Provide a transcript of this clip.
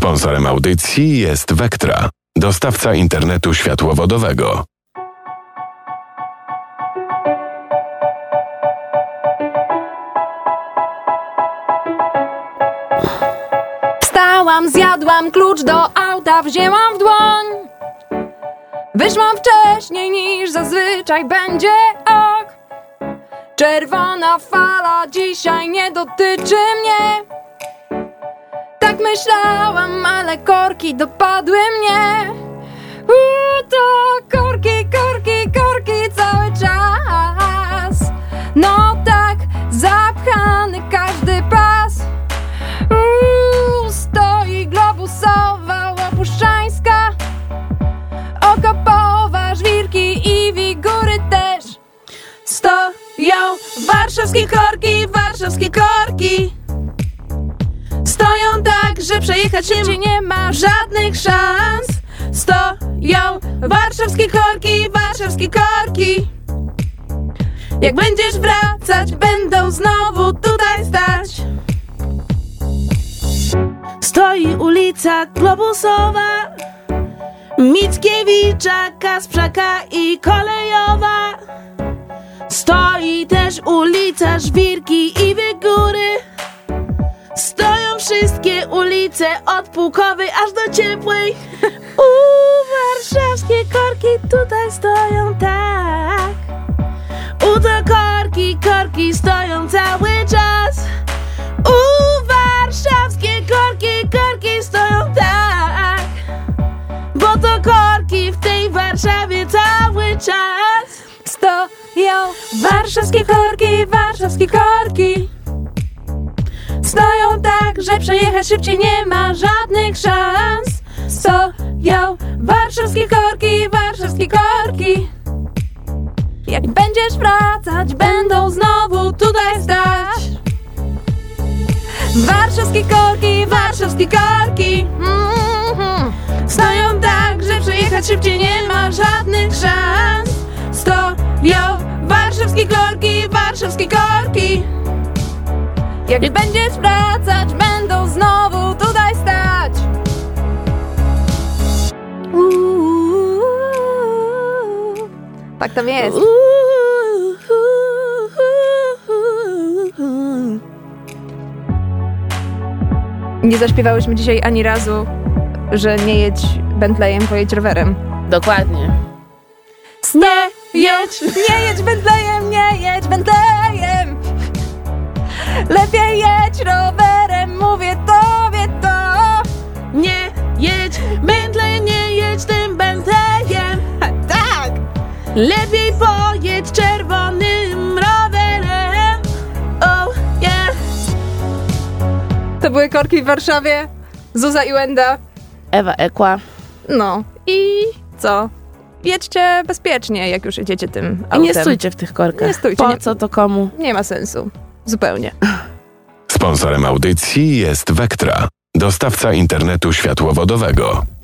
Sponsorem audycji jest Vectra, dostawca internetu światłowodowego. Wstałam, zjadłam, klucz do auta wzięłam w dłoń. Wyszłam wcześniej niż zazwyczaj będzie ok. Czerwona fala dzisiaj nie dotyczy mnie. Tak myślałam, ale korki dopadły mnie. To korki, korki, korki cały czas. No tak, zapchany każdy pas. Stoi globusowa, łopuszczańska, okopowa, żwirki i wigury też. Stoją warszawskie korki. Stoją tak, że przejechać się nie ma żadnych szans. Stoją warszawskie korki. Jak będziesz wracać, będą znowu tutaj stać. Stoi ulica Globusowa, Mickiewicza, Kasprzaka i Kolejowa. Stoi też ulica Żwirki i Wigury. Stoją wszystkie ulice od Pułkowej aż do Ciepłej. Warszawskie korki tutaj stoją tak. To korki stoją cały czas. Warszawskie korki stoją tak. Bo to korki w tej Warszawie cały czas. Stoją warszawskie korki. Stoją tak, że przejechać szybciej nie ma żadnych szans. Stoją warszawskie korki. Jak będziesz wracać, będą znowu tutaj stać. Warszawskie korki. Stoją tak, że przejechać szybciej nie ma żadnych szans. Stoją warszawskie korki. Jak będziesz wracać, będą znowu tutaj stać. Tak tam jest. Nie zaśpiewałyśmy dzisiaj ani razu, że nie jedź Bentleyem, pojedź rowerem. Dokładnie. Nie jedź Bentleyem. Lepiej jedź rowerem, mówię tobie to. Nie jedź Bentleyem, nie jedź tym Bentleyem. Tak! Lepiej pojedź czerwonym rowerem. Oh yeah. To były korki w Warszawie. Zuza i Łęda. Ewa Ekła. No i co? Jedźcie bezpiecznie, jak już jedziecie tym autem. I nie stójcie w tych korkach. Nie stójcie. Po co to komu? Nie ma sensu. Zupełnie. Sponsorem audycji jest Vectra, dostawca internetu światłowodowego.